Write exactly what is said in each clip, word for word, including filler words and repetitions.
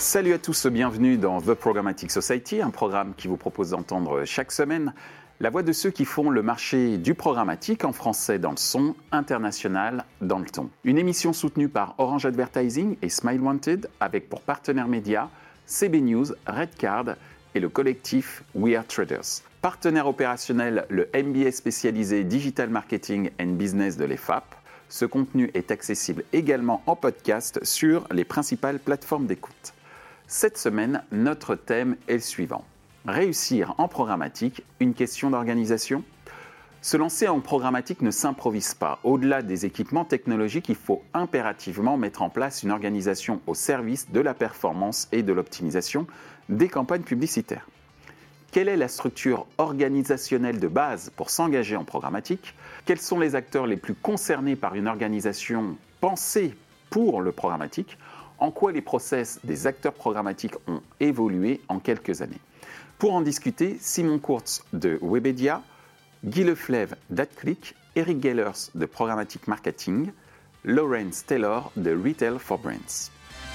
Salut à tous, bienvenue dans The Programmatic Society, un programme qui vous propose d'entendre chaque semaine la voix de ceux qui font le marché du programmatique en français dans le son, international dans le ton. Une émission soutenue par Orange Advertising et Smile Wanted avec pour partenaires médias C B News, Redcard et le collectif We Are Traders. Partenaire opérationnel, le M B A spécialisé Digital Marketing and Business de l'E F A P. Ce contenu est accessible également en podcast sur les principales plateformes d'écoute. Cette semaine, notre thème est le suivant. Réussir en programmatique, une question d'organisation ? Se lancer en programmatique ne s'improvise pas. Au-delà des équipements technologiques, il faut impérativement mettre en place une organisation au service de la performance et de l'optimisation des campagnes publicitaires. Quelle est la structure organisationnelle de base pour s'engager en programmatique ? Quels sont les acteurs les plus concernés par une organisation pensée pour le programmatique ? En quoi les process des acteurs programmatiques ont évolué en quelques années. Pour en discuter, Simon Kurz de Webedia, Guy Leflève d'AdClick, Eric Gellers de Programmatic Marketing, Lawrence Taylor de Retail for Brands.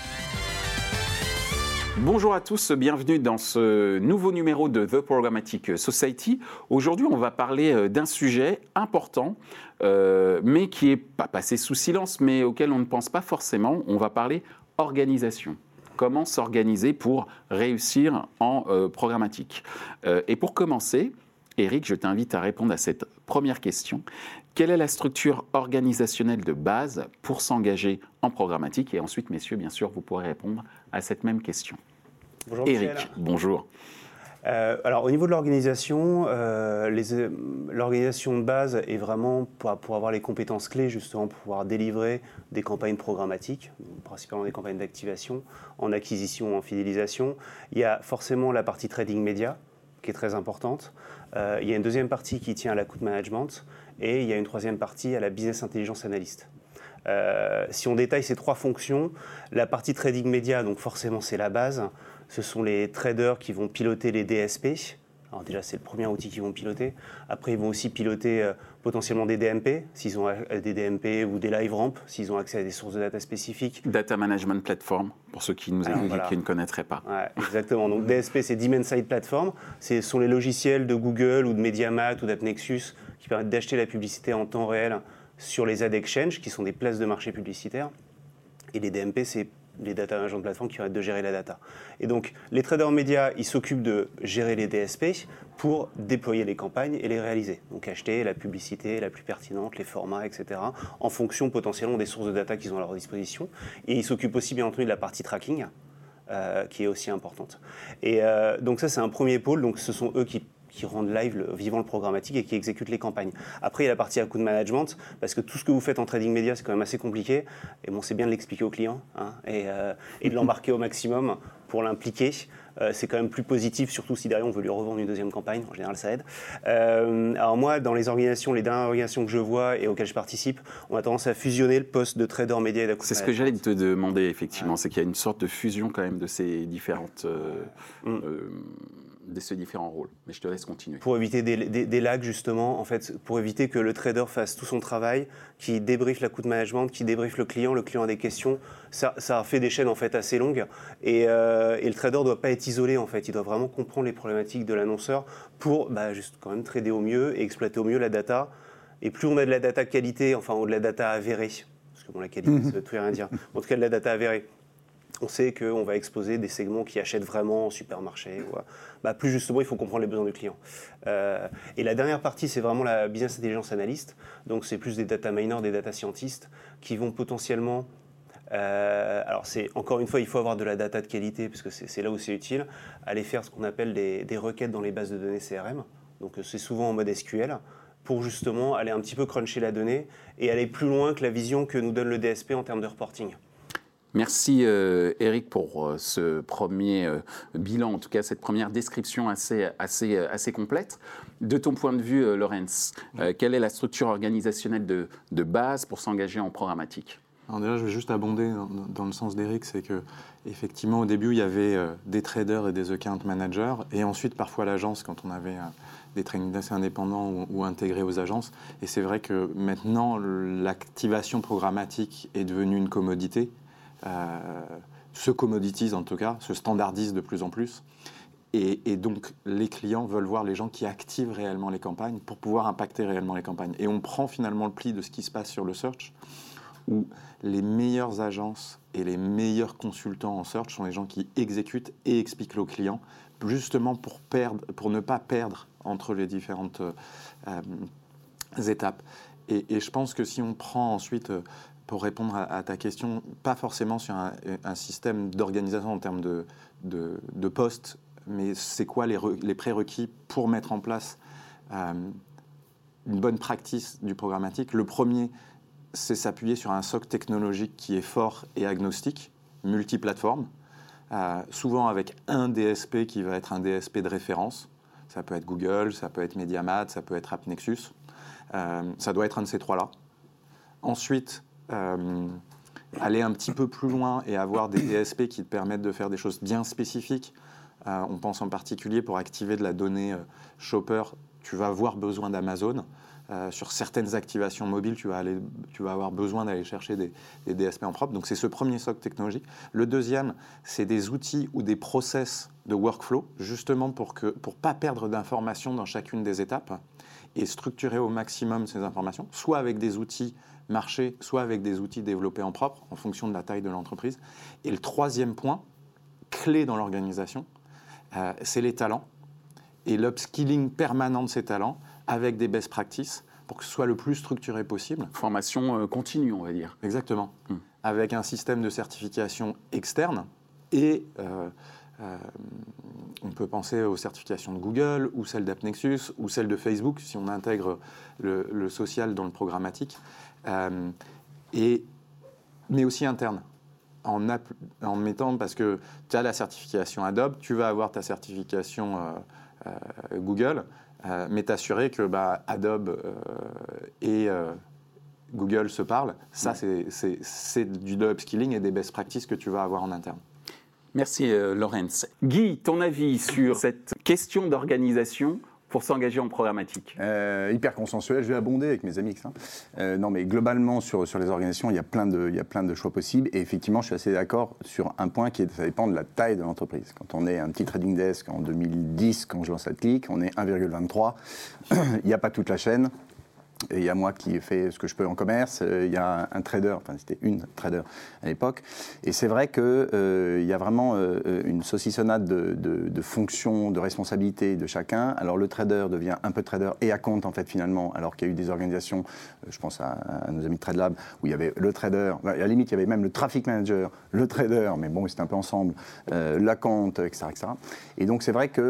Bonjour à tous, bienvenue dans ce nouveau numéro de The Programmatic Society. Aujourd'hui, on va parler d'un sujet important, euh, mais qui n'est pas passé sous silence, mais auquel on ne pense pas forcément. On va parler organisation. Comment s'organiser pour réussir en euh, programmatique. Euh, et pour commencer, Eric, je t'invite à répondre à cette première question. Quelle est la structure organisationnelle de base pour s'engager en programmatique ? Et ensuite, messieurs, bien sûr, vous pourrez répondre à cette même question. Bonjour Eric, Michel. bonjour. Euh, alors au niveau de l'organisation, euh, les, l'organisation de base est vraiment pour, pour avoir les compétences clés justement pour pouvoir délivrer des campagnes programmatiques, principalement des campagnes d'activation, en acquisition, en fidélisation. Il y a forcément la partie trading média qui est très importante. Euh, il y a une deuxième partie qui tient à l'account management et il y a une troisième partie à la business intelligence analyst. Euh, si on détaille ces trois fonctions, la partie trading média, donc forcément c'est la base. Ce sont les traders qui vont piloter les D S P. Alors déjà, c'est le premier outil qu'ils vont piloter. Après, ils vont aussi piloter euh, potentiellement des D M P, s'ils ont euh, des D M P ou des live ramps, s'ils ont accès à des sources de data spécifiques. Data Management Platform, pour ceux qui, nous Alors, écoutent, voilà. qui ne connaîtraient pas. Ouais, exactement. Donc D S P, c'est Demand Side Platform. Ce sont les logiciels de Google ou de MediaMath ou d'AppNexus qui permettent d'acheter la publicité en temps réel sur les ad exchange, qui sont des places de marché publicitaires. Et les D M P, c'est les data management plateformes qui permettent de gérer la data. Et donc, les traders médias, ils s'occupent de gérer les D S P pour déployer les campagnes et les réaliser. Donc, acheter la publicité la plus pertinente, les formats, et cetera, en fonction potentiellement des sources de data qu'ils ont à leur disposition. Et ils s'occupent aussi, bien entendu, de la partie tracking, euh, qui est aussi importante. Et euh, donc, ça, c'est un premier pôle. Donc, ce sont eux qui qui rendent live le, vivant le programmatique et qui exécutent les campagnes. Après, il y a la partie account management, parce que tout ce que vous faites en trading média, c'est quand même assez compliqué. Et bon, c'est bien de l'expliquer au client hein, et, euh, et de l'embarquer au maximum pour l'impliquer. Euh, c'est quand même plus positif, surtout si derrière on veut lui revendre une deuxième campagne. En général, ça aide. Euh, alors moi, dans les organisations, les dernières organisations que je vois et auxquelles je participe, on a tendance à fusionner le poste de trader média et d'account C'est management. ce que j'allais te demander, effectivement. Ouais. C'est qu'il y a une sorte de fusion quand même de ces différentes... Euh, mm. euh, de ces différents rôles. Mais je te laisse continuer. Pour éviter des, des, des lags, justement, en fait, pour éviter que le trader fasse tout son travail, qui débriefe l'account management, qui débriefe le client, le client a des questions, ça, ça fait des chaînes en fait assez longues. Et, euh, et le trader ne doit pas être isolé, en fait. Il doit vraiment comprendre les problématiques de l'annonceur pour bah, juste quand même trader au mieux et exploiter au mieux la data. Et plus on a de la data qualité, enfin, ou de la data avérée, parce que bon, la qualité, ça veut tout et rien dire. En tout cas, de la data avérée. On sait qu'on va exposer des segments qui achètent vraiment en supermarché. Ou, bah, plus justement, il faut comprendre les besoins du client. Euh, et la dernière partie, c'est vraiment la business intelligence analyst. Donc, c'est plus des data miners, des data scientists qui vont potentiellement... Euh, alors, c'est, encore une fois, il faut avoir de la data de qualité parce que c'est, c'est là où c'est utile. Aller faire ce qu'on appelle des, des requêtes dans les bases de données C R M. Donc, c'est souvent en mode S Q L pour justement aller un petit peu cruncher la donnée et aller plus loin que la vision que nous donne le D S P en termes de reporting. Merci euh, Eric pour euh, ce premier euh, bilan, en tout cas cette première description assez, assez, assez complète. De ton point de vue, euh, Lawrence, euh, quelle est la structure organisationnelle de, de base pour s'engager en programmatique ? Alors déjà, je vais juste abonder dans, dans le sens d'Eric, c'est que effectivement au début il y avait euh, des traders et des account managers, et ensuite parfois l'agence quand on avait euh, des trading assez indépendants ou, ou intégrés aux agences. Et c'est vrai que maintenant l'activation programmatique est devenue une commodité. Euh, se commoditise en tout cas, se standardise de plus en plus. Et, et donc, les clients veulent voir les gens qui activent réellement les campagnes pour pouvoir impacter réellement les campagnes. Et on prend finalement le pli de ce qui se passe sur le search, où les meilleures agences et les meilleurs consultants en search sont les gens qui exécutent et expliquent aux clients, justement pour, perdre, pour ne pas perdre entre les différentes euh, étapes. Et, et je pense que si on prend ensuite, euh, pour répondre à, à ta question, pas forcément sur un, un système d'organisation en termes de, de, de postes, mais c'est quoi les, re, les prérequis pour mettre en place euh, une bonne practice du programmatique. Le premier, c'est s'appuyer sur un socle technologique qui est fort et agnostique, multiplateforme, euh, souvent avec un D S P qui va être un D S P de référence. Ça peut être Google, ça peut être MediaMath, ça peut être AppNexus. Euh, ça doit être un de ces trois-là. Ensuite, euh, aller un petit peu plus loin et avoir des D S P qui te permettent de faire des choses bien spécifiques. Euh, on pense en particulier pour activer de la donnée euh, shopper, tu vas avoir besoin d'Amazon. Euh, sur certaines activations mobiles, tu vas, aller, tu vas avoir besoin d'aller chercher des, des D S P en propre. Donc c'est ce premier socle technologique. Le deuxième, c'est des outils ou des process de workflow, justement pour ne pour pas perdre d'informations dans chacune des étapes et structurer au maximum ces informations, soit avec des outils marché, soit avec des outils développés en propre, en fonction de la taille de l'entreprise. Et le troisième point, clé dans l'organisation, euh, c'est les talents et l'upskilling permanent de ces talents avec des best practices pour que ce soit le plus structuré possible. Formation euh, continue, on va dire. Exactement. Hum. Avec un système de certification externe et euh, euh, on peut penser aux certifications de Google ou celles d'AppNexus ou celles de Facebook si on intègre le, le social dans le programmatique, euh, et, mais aussi interne. En, app, en mettant, parce que tu as la certification Adobe, tu vas avoir ta certification euh, euh, Google, euh, mais t'assurer que bah, Adobe euh, et euh, Google se parlent, ça c'est, c'est, c'est du upskilling et des best practices que tu vas avoir en interne. Merci euh, Laurence. Guy, ton avis sur cette question d'organisation pour s'engager en programmatique? euh, Hyper consensuel, je vais abonder avec mes amis. Hein. Euh, non, mais globalement, sur, sur les organisations, il y, a plein de, il y a plein de choix possibles. Et effectivement, je suis assez d'accord sur un point qui est, ça dépend de la taille de l'entreprise. Quand on est un petit trading desk en deux mille dix, quand je lance AdClick, on est un virgule vingt-trois. Il n'y a pas toute la chaîne. Et il y a moi qui ai fait ce que je peux en commerce, il y a un trader, enfin c'était une trader à l'époque, et c'est vrai qu'il euh, y a vraiment euh, une saucissonnade de, de, de fonctions, de responsabilités de chacun. Alors le trader devient un peu trader et à compte en fait finalement, alors qu'il y a eu des organisations, je pense à, à nos amis de TradeLab, où il y avait le trader, à la limite il y avait même le traffic manager, le trader, mais bon c'était un peu ensemble, euh, la compte, et cetera, et cetera. Et donc c'est vrai qu'il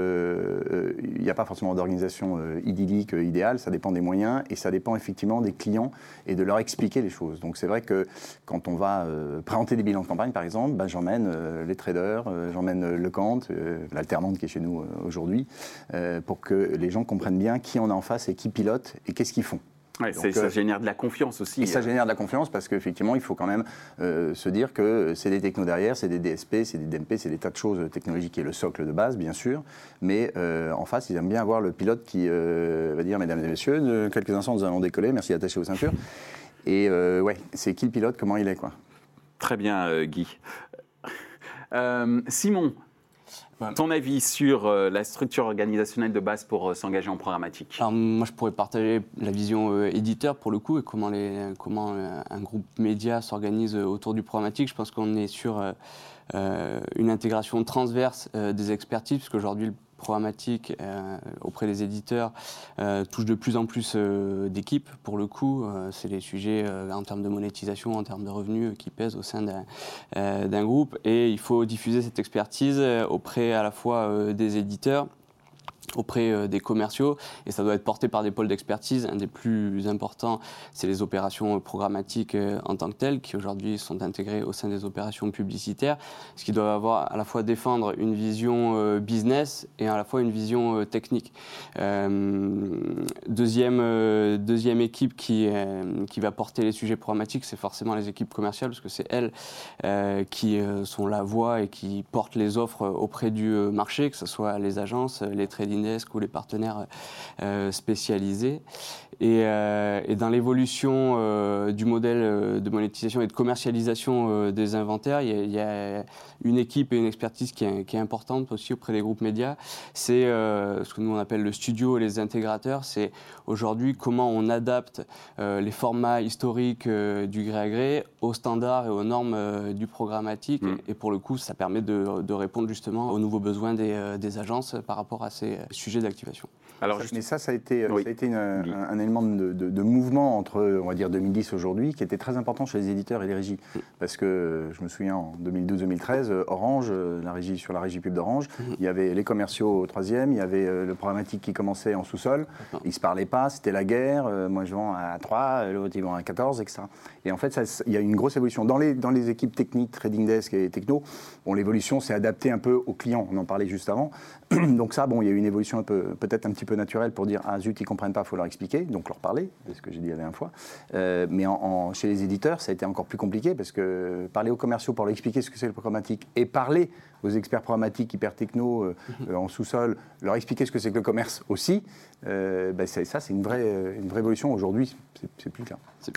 euh, n'y a pas forcément d'organisation euh, idyllique, euh, idéale, ça dépend des moyens. Et ça dépend effectivement des clients et de leur expliquer les choses. Donc c'est vrai que quand on va euh, présenter des bilans de campagne, par exemple, ben, j'emmène euh, les traders, euh, j'emmène euh, le Kant, euh, l'alternante qui est chez nous euh, aujourd'hui, euh, pour que les gens comprennent bien qui on a en face et qui pilote et qu'est-ce qu'ils font. Ouais, Donc, ça euh, génère de la confiance aussi. Et ça génère de la confiance parce qu'effectivement, il faut quand même euh, se dire que c'est des technos derrière, c'est des D S P, c'est des D M P, c'est des tas de choses technologiques qui est le socle de base, bien sûr. Mais euh, en face, ils aiment bien avoir le pilote qui euh, va dire, mesdames et messieurs, de quelques instants, nous allons décoller, merci d'attacher vos ceintures. Et euh, ouais, c'est qui le pilote, comment il est, quoi. Très bien, euh, Guy. Euh, Simon, ton avis sur euh, la structure organisationnelle de base pour euh, s'engager en programmatique? Alors, moi, je pourrais partager la vision euh, éditeur pour le coup et comment, les, comment euh, un groupe média s'organise autour du programmatique. Je pense qu'on est sur euh, euh, une intégration transverse euh, des expertises, parce qu'aujourd'hui, le programmatique euh, auprès des éditeurs euh, touche de plus en plus euh, d'équipes. Pour le coup, euh, c'est les sujets euh, en termes de monétisation, en termes de revenus euh, qui pèsent au sein d'un, euh, d'un groupe. Et il faut diffuser cette expertise euh, auprès à la fois euh, des éditeurs, auprès euh, des commerciaux, et ça doit être porté par des pôles d'expertise. Un des plus importants, c'est les opérations euh, programmatiques euh, en tant que telles, qui aujourd'hui sont intégrées au sein des opérations publicitaires, ce qui doit avoir à la fois défendre une vision euh, business et à la fois une vision euh, technique. Euh, deuxième, euh, deuxième équipe qui, euh, qui va porter les sujets programmatiques, c'est forcément les équipes commerciales, parce que c'est elles euh, qui euh, sont la voix et qui portent les offres auprès du euh, marché, que ce soit les agences, les trading trading desk ou les partenaires euh, spécialisés. Et, euh, et dans l'évolution euh, du modèle de monétisation et de commercialisation euh, des inventaires, il y, a, il y a une équipe et une expertise qui est, qui est importante aussi auprès des groupes médias. C'est euh, ce que nous on appelle le studio et les intégrateurs. C'est aujourd'hui comment on adapte euh, les formats historiques euh, du gré à gré aux standards et aux normes euh, du programmatique. Mmh. Et pour le coup, ça permet de, de répondre justement aux nouveaux besoins des, euh, des agences par rapport à ces sujets d'activation. Alors, ça, mais ça, ça a été, oui. ça a été une, un, un élément de, de, de mouvement entre, on va dire, deux mille dix aujourd'hui, qui était très important chez les éditeurs et les régies. Parce que, je me souviens, en deux mille douze deux mille treize, Orange, la régie, sur la régie pub d'Orange, il y avait les commerciaux au troisième, il y avait le programmatique qui commençait en sous-sol, ils ne se parlaient pas, c'était la guerre, moi je vends à trois, l'autre il vend à quatorze, et cetera. Et en fait, ça, il y a une grosse évolution. Dans les, dans les équipes techniques, trading desk et techno, bon, l'évolution s'est adaptée un peu aux clients, on en parlait juste avant. Donc ça, bon, il y a eu une évolution un peu, peut-être un petit peu naturelle pour dire, ah zut, ils ne comprennent pas, il faut leur expliquer, donc leur parler, c'est ce que j'ai dit la dernière fois. Euh, mais en, en, chez les éditeurs, ça a été encore plus compliqué, parce que parler aux commerciaux pour leur expliquer ce que c'est le programmatique, et parler aux experts programmatiques hyper techno euh, euh, en sous-sol, leur expliquer ce que c'est que le commerce aussi, euh, ben ça, ça c'est une vraie, une vraie évolution. Aujourd'hui, c'est, c'est plus le cas.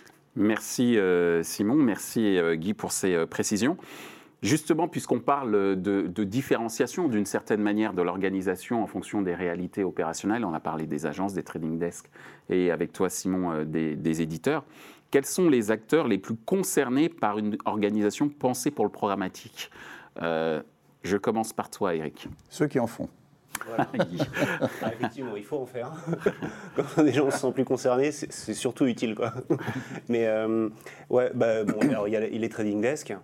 Merci euh, Simon, merci euh, Guy pour ces euh, précisions. Justement, puisqu'on parle de, de différenciation d'une certaine manière de l'organisation en fonction des réalités opérationnelles, on a parlé des agences, des trading desks et avec toi Simon, euh, des, des éditeurs, quels sont les acteurs les plus concernés par une organisation pensée pour le programmatique ? euh, Je commence par toi Eric. Ceux qui en font. Voilà. Ah, effectivement, il faut en faire. Quand des gens se sentent plus concernés, c'est, c'est surtout utile, quoi. Mais euh, ouais, bah, bon, alors il y a les trading desks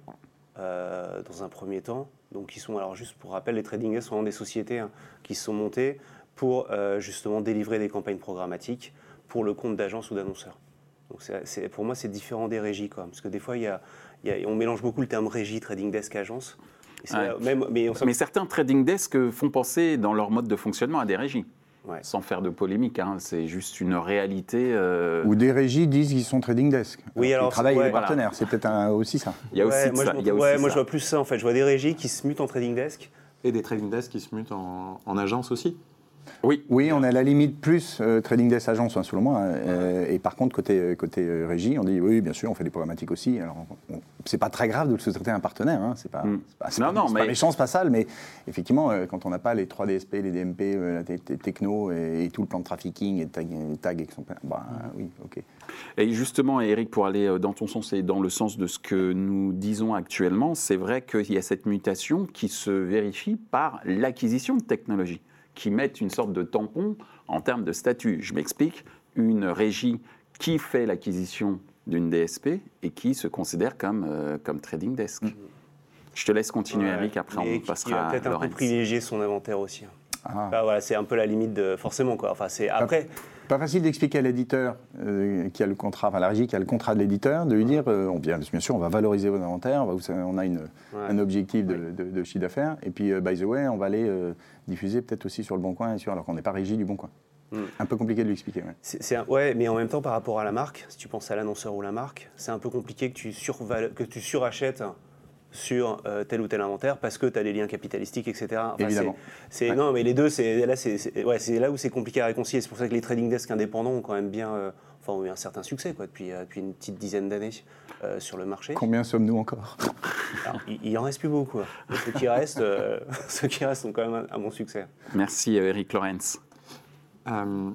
euh, dans un premier temps. Donc, ils sont, alors juste pour rappel, les trading desks sont vraiment des sociétés hein, qui se sont montées pour euh, justement délivrer des campagnes programmatiques pour le compte d'agences ou d'annonceurs. Donc, c'est, c'est, pour moi, c'est différent des régies, quoi, parce que des fois, il y a, il y a, on mélange beaucoup le terme régie, trading desk, agence. Ouais. Même, mais, on mais certains trading desks font penser dans leur mode de fonctionnement à des régies, ouais. Sans faire de polémique, hein. C'est juste une réalité. Euh... Ou des régies disent qu'ils sont trading desk. Oui, alors, ils travaillent ouais, avec des partenaires, voilà. C'est peut-être un, aussi ça. Il y a aussi ouais, moi, ça. Je, Il y a ouais, aussi moi ça. je vois plus ça en fait. Je vois des régies qui se mutent en trading desk. Et des trading desks qui se mutent en, en agence aussi. Oui, oui, on est à la limite plus euh, trading desk agence, hein, selon moi. Euh, et par contre, côté, côté euh, régie, on dit oui, bien sûr, on fait des problématiques aussi. Alors, on, on, c'est pas très grave de le sous-traiter à un partenaire. Hein, c'est pas, mm. c'est pas, c'est non, pas, non, c'est mais... pas méchant, c'est pas sale, mais effectivement, euh, quand on n'a pas les trois D S P, les D M P, euh, la t- t- techno et, et tout le plan de trafficking et de tag, tag qui sont pleins, bah mm. oui, ok. Et justement, Eric, pour aller dans ton sens et dans le sens de ce que nous disons actuellement, c'est vrai qu'il y a cette mutation qui se vérifie par l'acquisition de technologies, qui mettent une sorte de tampon en termes de statut. Je m'explique, une régie qui fait l'acquisition d'une D S P et qui se considère comme, euh, comme trading desk. Mmh. Je te laisse continuer, ouais, Eric, après on qui, passera qui va peut-être à un peu privilégier son inventaire aussi. Ah. Bah, voilà, c'est un peu la limite de... Forcément, quoi. Enfin, c'est après... Pas, pas facile d'expliquer à l'éditeur euh, qui a le contrat, enfin la régie qui a le contrat de l'éditeur, de lui dire, euh, on, bien, bien sûr, on va valoriser vos inventaires, on, va, on a une, ouais. un objectif de, ouais. de, de, de chiffre d'affaires, et puis, euh, by the way, on va aller euh, diffuser peut-être aussi sur le Bon Coin, et sur, alors qu'on n'est pas régie du Bon Coin. Mm. Un peu compliqué de lui expliquer. Ouais. C'est, c'est un, ouais, mais en même temps, par rapport à la marque, si tu penses à l'annonceur ou la marque, c'est un peu compliqué que tu, surval- que tu surachètes sur euh, tel ou tel inventaire parce que tu as des liens capitalistiques, et cetera. Enfin, évidemment. C'est, c'est, ouais. Non, mais les deux, c'est là, c'est, c'est, ouais, c'est là où c'est compliqué à réconcilier. C'est pour ça que les trading desks indépendants ont quand même bien, euh, enfin, ont eu un certain succès quoi, depuis, euh, depuis une petite dizaine d'années euh, sur le marché. Combien sommes-nous encore ? Alors, il, il en reste plus beaucoup. Hein. Ceux qui restent, euh, ceux qui restent ont quand même un, un bon succès. Merci, Eric Lorenz. Euh,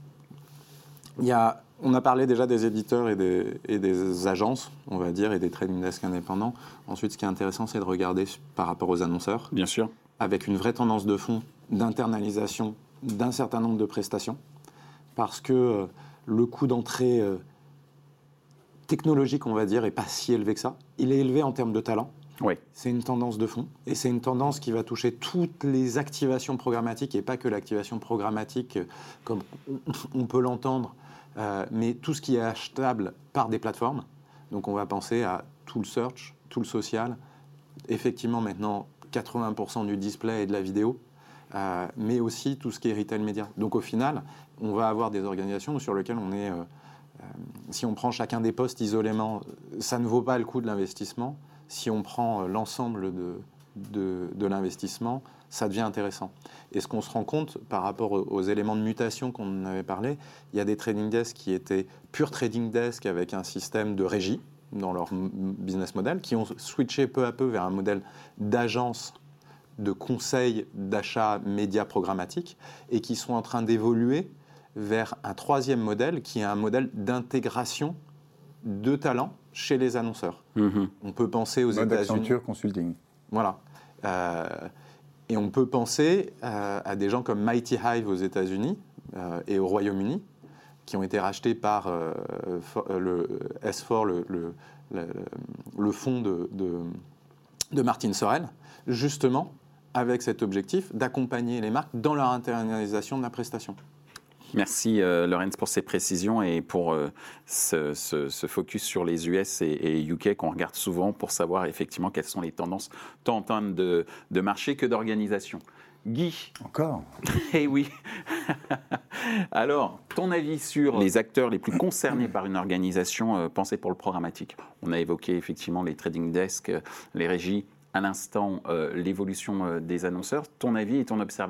y a, on a parlé déjà des éditeurs et des, et des agences, on va dire, et des trading desks indépendants. Ensuite, ce qui est intéressant, c'est de regarder par rapport aux annonceurs. Bien sûr. Avec une vraie tendance de fond d'internalisation d'un certain nombre de prestations. Parce que euh, le coût d'entrée euh, technologique, on va dire, n'est pas si élevé que ça. Il est élevé en termes de talent. Oui. C'est une tendance de fond et c'est une tendance qui va toucher toutes les activations programmatiques et pas que l'activation programmatique comme on peut l'entendre, euh, mais tout ce qui est achetable par des plateformes. Donc on va penser à tout le search, tout le social, effectivement maintenant quatre-vingts pour cent du display et de la vidéo, euh, mais aussi tout ce qui est retail média. Donc au final, on va avoir des organisations sur lesquelles on est, euh, euh, si on prend chacun des postes isolément, ça ne vaut pas le coût de l'investissement. Si on prend l'ensemble de, de, de l'investissement, ça devient intéressant. Et ce qu'on se rend compte par rapport aux, aux éléments de mutation qu'on avait parlé, il y a des trading desks qui étaient pure trading desk avec un système de régie dans leur business model, qui ont switché peu à peu vers un modèle d'agence de conseil d'achat médias programmatiques et qui sont en train d'évoluer vers un troisième modèle qui est un modèle d'intégration de talents chez les annonceurs. Mm-hmm. On peut penser aux Mode États-Unis. Accenture Consulting. Voilà. Euh, et on peut penser euh, à des gens comme Mighty Hive aux États-Unis euh, et au Royaume-Uni, qui ont été rachetés par euh, le S quatre, le, le, le, le fonds de, de, de Martin Sorrell, justement avec cet objectif d'accompagner les marques dans leur internalisation de la prestation. Merci euh, Laurence pour ces précisions et pour euh, ce, ce, ce focus sur les U S et, et U K qu'on regarde souvent pour savoir effectivement quelles sont les tendances tant en termes de, de marché que d'organisation. Guy. Encore ? Eh oui. Alors, ton avis sur les acteurs les plus concernés par une organisation euh, pensée pour le programmatique ? On a évoqué effectivement les trading desks, euh, les régies, à l'instant euh, l'évolution euh, des annonceurs. Ton avis et ton observation ?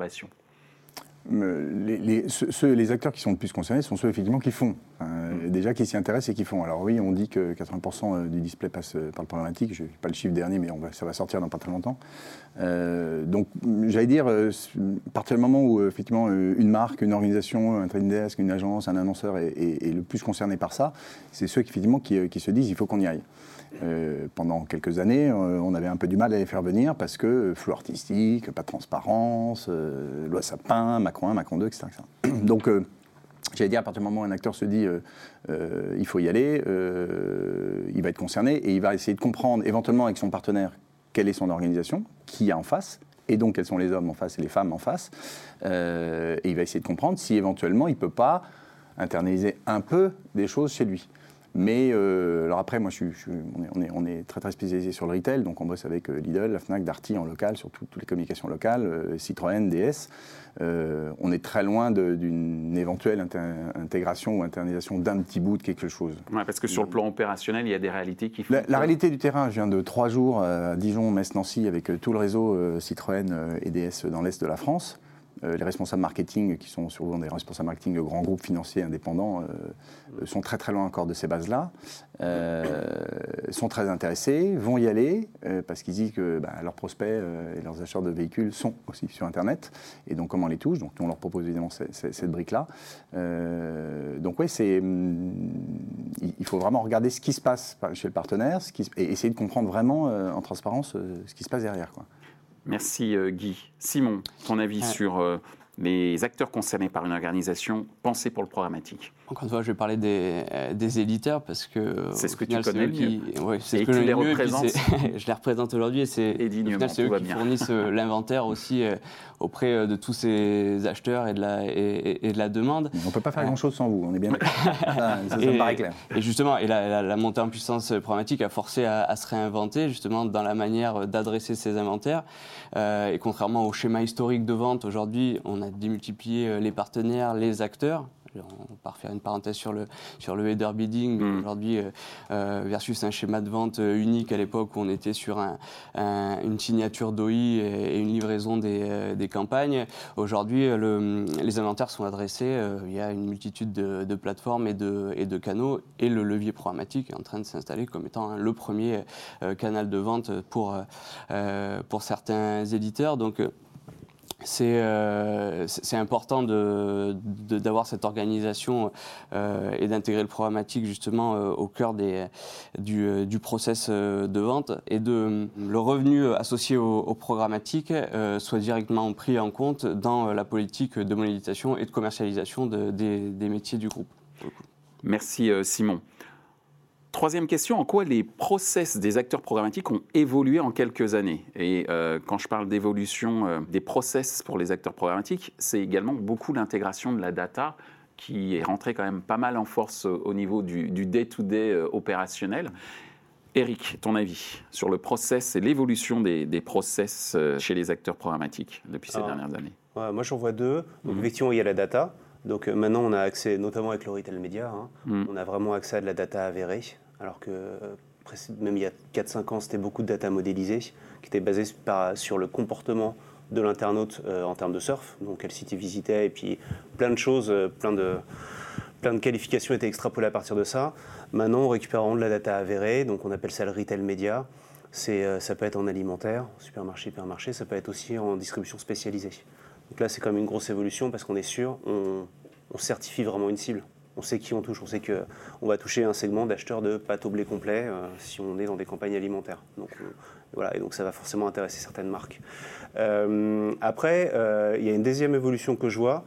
Les, les, ceux, les acteurs qui sont le plus concernés sont ceux effectivement qui font, euh, déjà qui s'y intéressent et qui font. Alors oui, on dit que quatre-vingts pour cent du display passe par le programmatique, je n'ai pas le chiffre dernier, mais on va, ça va sortir dans pas très longtemps. Euh, donc j'allais dire, euh, à partir du moment où effectivement une marque, une organisation, un trading desk, une agence, un annonceur est, est, est le plus concerné par ça, c'est ceux qui, effectivement qui, qui se disent il faut qu'on y aille. Euh, pendant quelques années, euh, on avait un peu du mal à les faire venir parce que euh, flou artistique, pas de transparence, euh, loi Sapin, Macron un, Macron deux, et cetera et cetera. Donc, euh, j'allais dire, à partir du moment où un acteur se dit euh, euh, il faut y aller, euh, il va être concerné et il va essayer de comprendre éventuellement avec son partenaire quelle est son organisation, qui il y a en face, et donc quels sont les hommes en face et les femmes en face, euh, et il va essayer de comprendre si éventuellement il ne peut pas internaliser un peu des choses chez lui. Mais euh, alors après, moi, je suis, je suis, on, est, on, est, on est très très spécialisé sur le retail, donc on bosse avec euh, Lidl, la Fnac, Darty en local, sur tout, toutes les communications locales, euh, Citroën, D S. Euh, on est très loin de, d'une éventuelle inter- intégration ou internalisation d'un petit bout de quelque chose. Ouais, parce que sur le plan opérationnel, il y a des réalités qui font... La, la réalité du terrain, je viens de trois jours à Dijon, Metz, Nancy, avec euh, tout le réseau euh, Citroën euh, et D S dans l'Est de la France. Euh, les responsables marketing, qui sont souvent des responsables marketing de grands groupes financiers indépendants, euh, sont très très loin encore de ces bases-là, euh, sont très intéressés, vont y aller, euh, parce qu'ils disent que bah, leurs prospects euh, et leurs acheteurs de véhicules sont aussi sur Internet, et donc comment on les touche, donc on leur propose évidemment cette, cette, cette brique-là. Euh, donc oui, c'est, il faut vraiment regarder ce qui se passe chez le partenaire, ce qui, et essayer de comprendre vraiment euh, en transparence euh, ce qui se passe derrière, quoi. Merci euh, Guy. Simon, ton avis ouais. sur euh, les acteurs concernés par une organisation pensée pour le programmatique ? Encore une fois, je vais parler des, euh, des éditeurs parce que... C'est ce que tu connais le qui, mieux. Ouais, c'est et ce que tu je les mieux, représentes. Je les représente aujourd'hui et c'est, et dignement, final, c'est eux qui bien. fournissent euh, l'inventaire aussi euh, auprès de tous ces acheteurs et de la, et, et de la demande. On ne peut pas faire euh, grand-chose sans vous, on est bien d'accord. ça, ça, ça me paraît clair. Et justement, et la, la, la montée en puissance programmatique a forcé à, à se réinventer justement dans la manière d'adresser ces inventaires. Euh, et contrairement au schéma historique de vente, aujourd'hui, on a démultiplié les partenaires, les acteurs. On va faire une parenthèse sur le, sur le header bidding, mmh. aujourd'hui, euh, versus un schéma de vente unique à l'époque où on était sur un, un, une signature d'O I et, et une livraison des, euh, des campagnes. Aujourd'hui, le, les inventaires sont adressés, euh, il y a une multitude de, de plateformes et de, et de canaux, et le levier programmatique est en train de s'installer comme étant hein, le premier euh, canal de vente pour, euh, pour certains éditeurs. Donc, C'est, euh, c'est important de, de, d'avoir cette organisation euh, et d'intégrer le programmatique justement euh, au cœur des, du, du process de vente et de le revenu associé au, au programmatique euh, soit directement pris en compte dans la politique de monétisation et de commercialisation de, des, des métiers du groupe. Merci euh, Simon. Troisième question, en quoi les process des acteurs programmatiques ont évolué en quelques années ? Et euh, quand je parle d'évolution euh, des process pour les acteurs programmatiques, c'est également beaucoup l'intégration de la data qui est rentrée quand même pas mal en force au niveau du, du day-to-day euh, opérationnel. Eric, ton avis sur le process et l'évolution des, des process euh, chez les acteurs programmatiques depuis ces Alors, dernières années ? Ouais, moi j'en vois deux. Donc, mmh. Effectivement, il y a la data. Donc euh, maintenant, on a accès, notamment avec le retail média, hein, mmh. on a vraiment accès à de la data avérée. Alors que même il y a quatre cinq ans, c'était beaucoup de data modélisée, qui était basée par, sur le comportement de l'internaute euh, en termes de surf, donc quel site il visitait, et puis plein de choses, euh, plein de, plein de qualifications étaient extrapolées à partir de ça. Maintenant, on récupère vraiment de la data avérée, donc on appelle ça le retail media. C'est, euh, ça peut être en alimentaire, supermarché, hypermarché, ça peut être aussi en distribution spécialisée. Donc là, c'est quand même une grosse évolution parce qu'on est sûr, on, on certifie vraiment une cible. On sait qui on touche, on sait qu'on va toucher un segment d'acheteurs de pâtes au blé complet euh, si on est dans des campagnes alimentaires. Donc, on, voilà, et donc ça va forcément intéresser certaines marques. Euh, après, euh, il y a une deuxième évolution que je vois,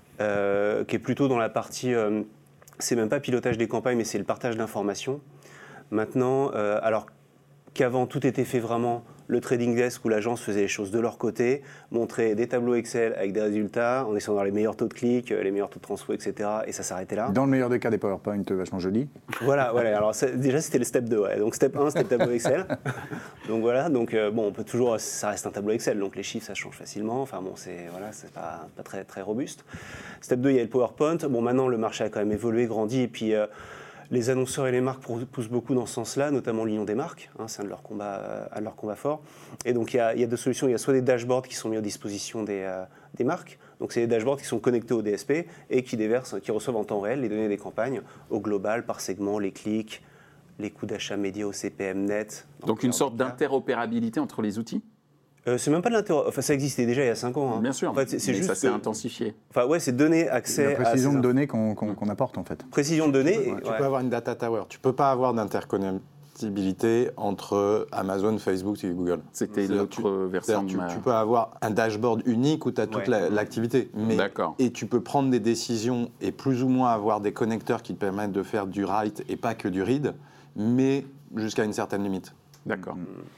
euh, qui est plutôt dans la partie, euh, c'est même pas pilotage des campagnes, mais c'est le partage d'informations. Maintenant, euh, alors qu'avant tout était fait vraiment, le trading desk où l'agence faisait les choses de leur côté, montrait des tableaux Excel avec des résultats, en essayant d'avoir les meilleurs taux de clics, les meilleurs taux de transfo, et cetera. Et ça s'arrêtait là. Dans le meilleur des cas, des PowerPoint vachement jolis. Voilà, voilà. Alors déjà c'était le step deux. Ouais. Donc step un, c'était le tableau Excel. Donc voilà, donc euh, bon, on peut toujours, ça reste un tableau Excel, donc les chiffres ça change facilement. Enfin bon, c'est voilà, c'est pas, pas très très robuste. Step deux, il y a le PowerPoint. Bon, maintenant le marché a quand même évolué, grandi, et puis euh, les annonceurs et les marques poussent beaucoup dans ce sens-là, notamment l'union des marques, hein, c'est un de leurs combats, un de leurs combats forts. Et donc il y, a, il y a deux solutions, il y a soit des dashboards qui sont mis à disposition des, euh, des marques, donc c'est des dashboards qui sont connectés au D S P et qui déversent, qui reçoivent en temps réel les données des campagnes au global, par segment, les clics, les coûts d'achat médias au C P M net. Donc une sorte d'interopérabilité entre les outils ? Euh, c'est même pas de l'interro... Enfin, ça existait déjà il y a cinq ans. Hein. Bien sûr, en fait, c'est, c'est mais juste ça s'est que... intensifié. Enfin, ouais, c'est donner accès la précision à... de données qu'on, qu'on, qu'on apporte, en fait. Précision de données... Tu, et... peux, tu ouais. peux avoir une data tower. Tu peux pas avoir d'interconnectibilité entre Amazon, Facebook et Google. C'était C'est-à-dire, l'autre tu, version de tu, ma... tu peux avoir un dashboard unique où tu as toute Ouais. la, l'activité. Mais, D'accord. et tu peux prendre des décisions et plus ou moins avoir des connecteurs qui te permettent de faire du write et pas que du read, mais jusqu'à une certaine limite. D'accord.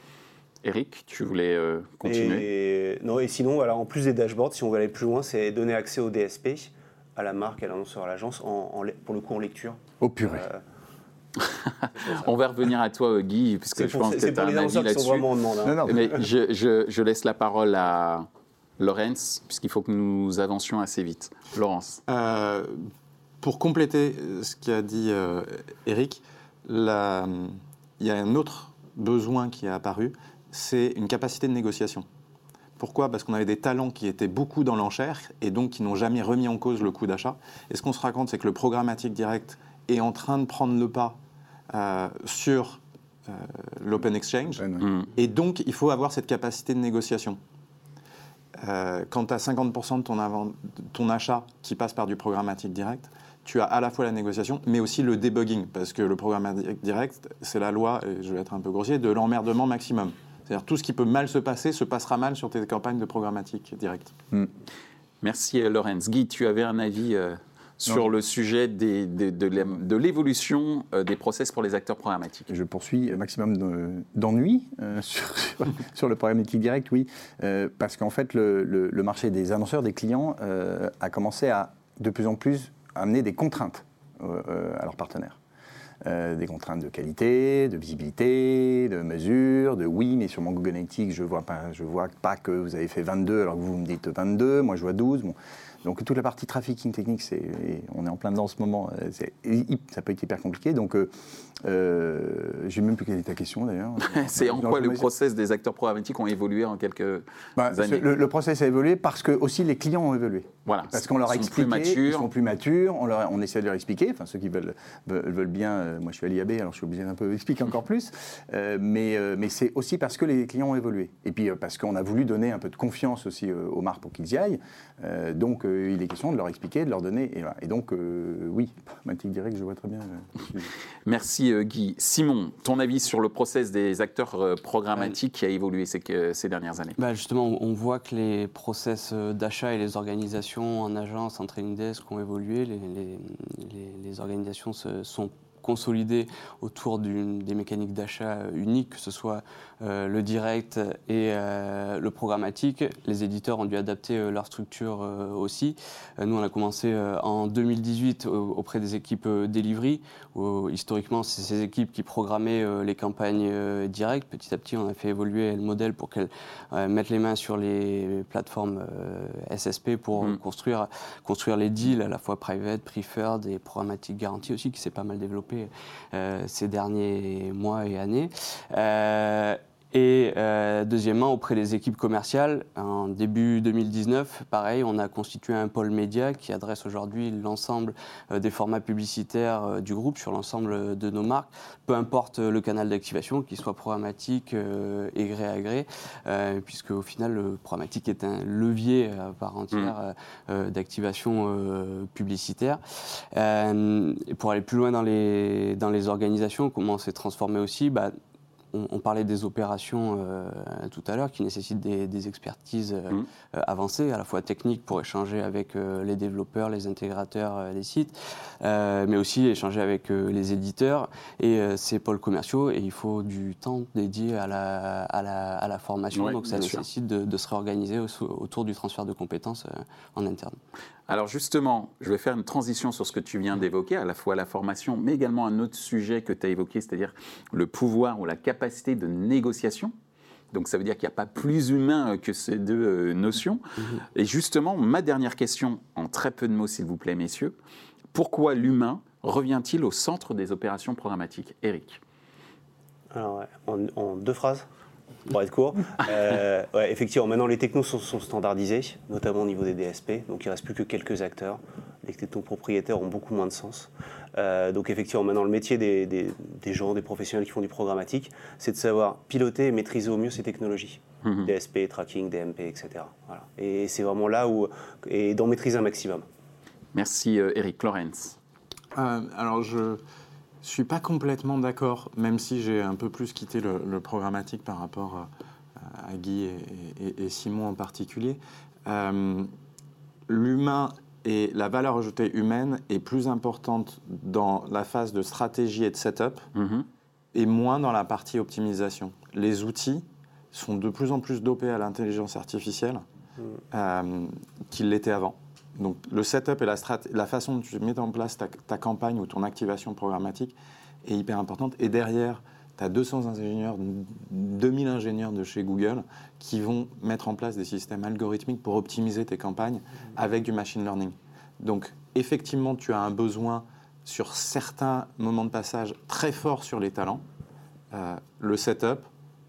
Eric, tu voulais euh, continuer ? Et, non, et sinon, voilà, en plus des dashboards, si on veut aller plus loin, c'est donner accès au D S P, à la marque, à l'annonceur, à l'agence, en, en, pour le coup en lecture. Au purée. Euh, On va revenir à toi, Guy, puisque c'est je pour, pense c'est, que c'est tu as pour les un avis annonceurs qui sont là-dessus. vraiment en demande. Hein. Non, non. Mais je, je, je laisse la parole à Laurence, puisqu'il faut que nous avancions assez vite. Laurence. Euh, pour compléter ce qu'a dit euh, Eric, la, il y a un autre besoin qui est apparu, c'est une capacité de négociation. Pourquoi ? Parce qu'on avait des talents qui étaient beaucoup dans l'enchère et donc qui n'ont jamais remis en cause le coût d'achat. Et ce qu'on se raconte, c'est que le programmatique direct est en train de prendre le pas euh, sur euh, l'open exchange. Ouais, ouais. Mmh. Et donc, il faut avoir cette capacité de négociation. Euh, quand tu as cinquante pour cent de ton, avant, de ton achat qui passe par du programmatique direct, tu as à la fois la négociation, mais aussi le debugging, parce que le programmatique direct, c'est la loi, et je vais être un peu grossier, de l'emmerdement maximum. C'est-à-dire tout ce qui peut mal se passer se passera mal sur tes campagnes de programmatique direct. Mm. Merci, Laurence. Guy, tu avais un avis euh, sur Non. le sujet des, des, de, l'é- de l'évolution euh, des process pour les acteurs programmatiques. Je poursuis un maximum de- d'ennui euh, sur, sur, sur le programmatique direct, oui, euh, parce qu'en fait, le, le- le marché des annonceurs, des clients, euh, a commencé à de plus en plus amener des contraintes euh, euh, à leurs partenaires. Euh, des contraintes de qualité, de visibilité, de mesure, de oui, mais sur mon Google Analytics, je ne vois, pas, je vois pas que vous avez fait vingt-deux alors que vous me dites vingt-deux, moi je vois douze. Bon. Donc toute la partie trafficking technique, c'est, on est en plein dedans en ce moment, c'est, ça peut être hyper compliqué. Donc euh, euh, je ne sais même plus quelle est ta question d'ailleurs. C'est en quoi le process des acteurs programmatiques ont évolué en quelques bah, années. Le, le process a évolué parce que aussi les clients ont évolué. Voilà. Parce qu'on leur a Ils sont expliqué, plus matures. ils sont plus matures, on, leur, on essaie de leur expliquer, enfin ceux qui veulent, veulent, veulent bien, euh, moi je suis à l'I A B alors je suis obligé d'un peu expliquer encore plus, euh, mais, euh, mais c'est aussi parce que les clients ont évolué. Et puis euh, parce qu'on a voulu donner un peu de confiance aussi euh, aux marques pour qu'ils y aillent, euh, donc euh, il est question de leur expliquer, de leur donner, et, voilà. Et donc euh, oui, Matic Direct je vois très bien. Euh, Merci euh, Guy. Simon, ton avis sur le process des acteurs euh, programmatiques qui a évolué ces, que- ces dernières années? Bah justement, on voit que les process d'achat et les organisations en agence, en training desk ont évolué. Les, les, les, les organisations se sont consolidées autour d'une, des mécaniques d'achat uniques, que ce soit euh, le direct et euh, le programmatique. Les éditeurs ont dû adapter euh, leur structure euh, aussi. Euh, nous, on a commencé euh, en deux mille dix-huit euh, auprès des équipes euh, delivery, où historiquement, c'est ces équipes qui programmaient euh, les campagnes euh, directes. Petit à petit, on a fait évoluer le modèle pour qu'elles euh, mettent les mains sur les plateformes euh, S S P pour Mmh. construire, construire les deals, à la fois private, preferred et programmatique garantie aussi, qui s'est pas mal développé développé euh, ces derniers mois et années. Euh, Et euh, deuxièmement, auprès des équipes commerciales, en début deux mille dix-neuf, pareil, on a constitué un pôle média qui adresse aujourd'hui l'ensemble euh, des formats publicitaires euh, du groupe sur l'ensemble de nos marques, peu importe le canal d'activation, qu'il soit programmatique euh, et gré à gré, euh, puisque au final, le programmatique est un levier à part entière euh, euh, d'activation euh, publicitaire. Euh, et pour aller plus loin dans les, dans les organisations, comment c'est transformé aussi, bah, On, on parlait des opérations euh, tout à l'heure qui nécessitent des, des expertises euh, mmh. euh, avancées, à la fois techniques pour échanger avec euh, les développeurs, les intégrateurs euh, des sites, euh, mais aussi échanger avec euh, les éditeurs et euh, ces pôles commerciaux. Et il faut du temps dédié à la, à la, à la formation, ouais, donc ça nécessite de, de se réorganiser au, autour du transfert de compétences euh, en interne. Alors justement, je vais faire une transition sur ce que tu viens d'évoquer, à la fois la formation, mais également un autre sujet que tu as évoqué, c'est-à-dire le pouvoir ou la capacité de négociation. Donc ça veut dire qu'il n'y a pas plus humain que ces deux euh, notions. Mmh. Et justement, ma dernière question, en très peu de mots s'il vous plaît messieurs, pourquoi l'humain revient-il au centre des opérations programmatiques? Eric. Alors ouais, en, en deux phrases pour être court. Euh, ouais, effectivement, maintenant les technos sont, sont standardisés, notamment au niveau des D S P, donc il ne reste plus que quelques acteurs. Les technos propriétaires ont beaucoup moins de sens. Euh, donc effectivement, maintenant le métier des, des, des gens, des professionnels qui font du programmatique, c'est de savoir piloter et maîtriser au mieux ces technologies. Mmh. D S P, tracking, D M P, et cetera. Voilà. Et c'est vraiment là où... et d'en maîtriser un maximum. Merci euh, Eric. Laurence. Euh, alors je... Je ne suis pas complètement d'accord, même si j'ai un peu plus quitté le, le programmatique par rapport à, à Guy et, et, et Simon en particulier. Euh, l'humain et la valeur ajoutée humaine est plus importante dans la phase de stratégie et de setup mm-hmm. et moins dans la partie optimisation. Les outils sont de plus en plus dopés à l'intelligence artificielle mm. euh, qu'ils l'étaient avant. Donc le setup et la, strat- la façon dont tu mets en place ta, ta campagne ou ton activation programmatique est hyper importante. Et derrière, tu as deux cents ingénieurs, deux mille ingénieurs de chez Google qui vont mettre en place des systèmes algorithmiques pour optimiser tes campagnes avec du machine learning. Donc effectivement, tu as un besoin sur certains moments de passage très fort sur les talents. Euh, le setup,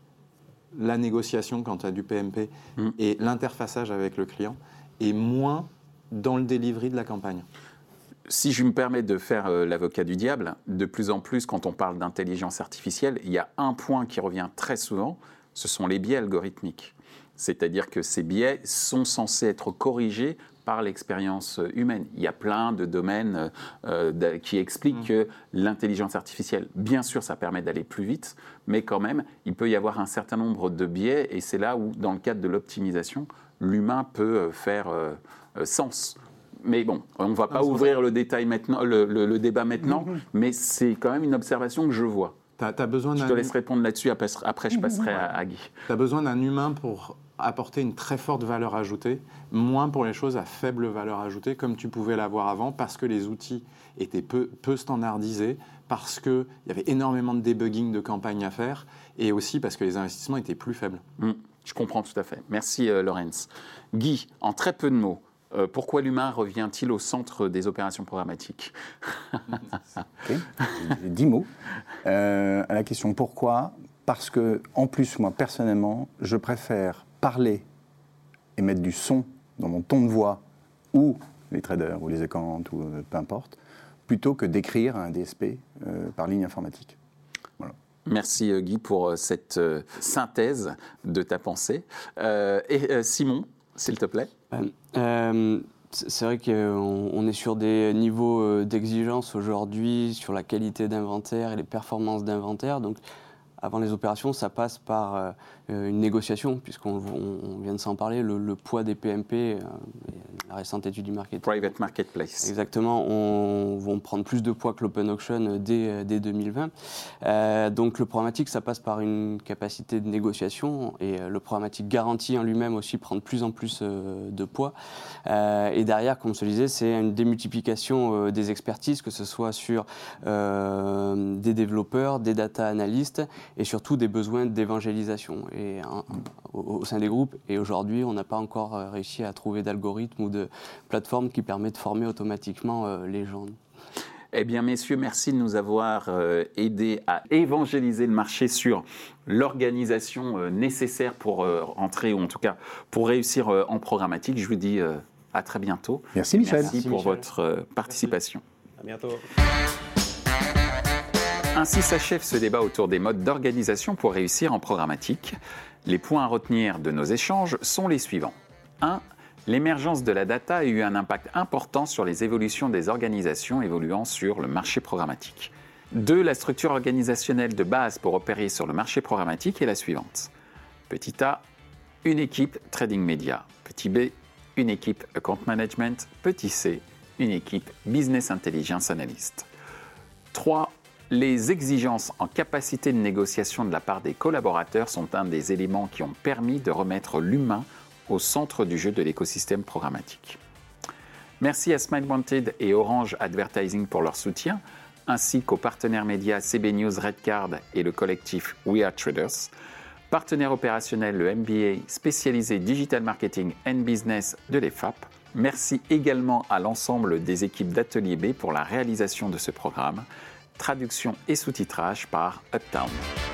la négociation quand tu as du P M P mmh. et l'interfaçage avec le client, et moins dans le delivery de la campagne. Si je me permets de faire euh, l'avocat du diable, de plus en plus, quand on parle d'intelligence artificielle, il y a un point qui revient très souvent, ce sont les biais algorithmiques. C'est-à-dire que ces biais sont censés être corrigés par l'expérience humaine. Il y a plein de domaines euh, de, qui expliquent mmh. que l'intelligence artificielle, bien sûr, ça permet d'aller plus vite, mais quand même, il peut y avoir un certain nombre de biais, et c'est là où, dans le cadre de l'optimisation, l'humain peut faire euh, sens. Mais bon, on ne va pas non, ouvrir le, détail maintenant, le, le, le débat maintenant, mmh. mais c'est quand même une observation que je vois. T'as, t'as besoin je te laisse répondre là-dessus, après, après je passerai à, à Guy. Tu as besoin d'un humain pour apporter une très forte valeur ajoutée, moins pour les choses à faible valeur ajoutée, comme tu pouvais l'avoir avant, parce que les outils étaient peu, peu standardisés, parce qu'il y avait énormément de debugging de campagnes à faire, et aussi parce que les investissements étaient plus faibles. Mmh. Je comprends tout à fait. Merci euh, Laurence. Guy, en très peu de mots, euh, pourquoi l'humain revient-il au centre des opérations programmatiques? Okay. J'ai dix mots. Euh, à la question pourquoi, parce que, en plus, moi, personnellement, je préfère parler et mettre du son dans mon ton de voix, ou les traders, ou les accounts, ou euh, peu importe, plutôt que d'écrire un D S P euh, par ligne informatique. Voilà. Merci Guy pour cette euh, synthèse de ta pensée. Euh, et euh, Simon, s'il te plaît. Euh, euh, c'est vrai qu'on on est sur des niveaux d'exigence aujourd'hui sur la qualité d'inventaire et les performances d'inventaire. Donc, avant les opérations, ça passe par euh, une négociation, puisqu'on on, on vient de s'en parler, le, le poids des P M P, euh, la récente étude du market. Private Marketplace. Exactement, on va prendre plus de poids que l'Open Auction dès, dès deux mille vingt. Euh, donc le programmatique, ça passe par une capacité de négociation, et euh, le programmatique garantit en lui-même aussi prendre de plus en plus euh, de poids. Euh, et derrière, comme je le disais, c'est une démultiplication euh, des expertises, que ce soit sur euh, des développeurs, des data analystes, et surtout des besoins d'évangélisation et, hein, au, au sein des groupes. Et aujourd'hui, on n'a pas encore réussi à trouver d'algorithme ou de plateforme qui permet de former automatiquement euh, les gens. Eh bien, messieurs, merci de nous avoir euh, aidés à évangéliser le marché sur l'organisation euh, nécessaire pour euh, entrer, ou en tout cas pour réussir euh, en programmatique. Je vous dis euh, à très bientôt. Merci Michel. Merci, Merci, pour Michel. votre euh, participation. À bientôt. Ainsi s'achève ce débat autour des modes d'organisation pour réussir en programmatique. Les points à retenir de nos échanges sont les suivants. un. L'émergence de la data a eu un impact important sur les évolutions des organisations évoluant sur le marché programmatique. deux. La structure organisationnelle de base pour opérer sur le marché programmatique est la suivante. Petit a, une équipe trading media. Petit b, une équipe account management. Petit c, une équipe business intelligence analyst. trois. Les exigences en capacité de négociation de la part des collaborateurs sont un des éléments qui ont permis de remettre l'humain au centre du jeu de l'écosystème programmatique. Merci à Smile Wanted et Orange Advertising pour leur soutien, ainsi qu'aux partenaires médias C B News, Redcard et le collectif We Are Traders. Partenaire opérationnel, le M B A spécialisé Digital Marketing and Business de l'E F A P. Merci également à l'ensemble des équipes d'Atelier B pour la réalisation de ce programme. Traduction et sous-titrage par Uptown.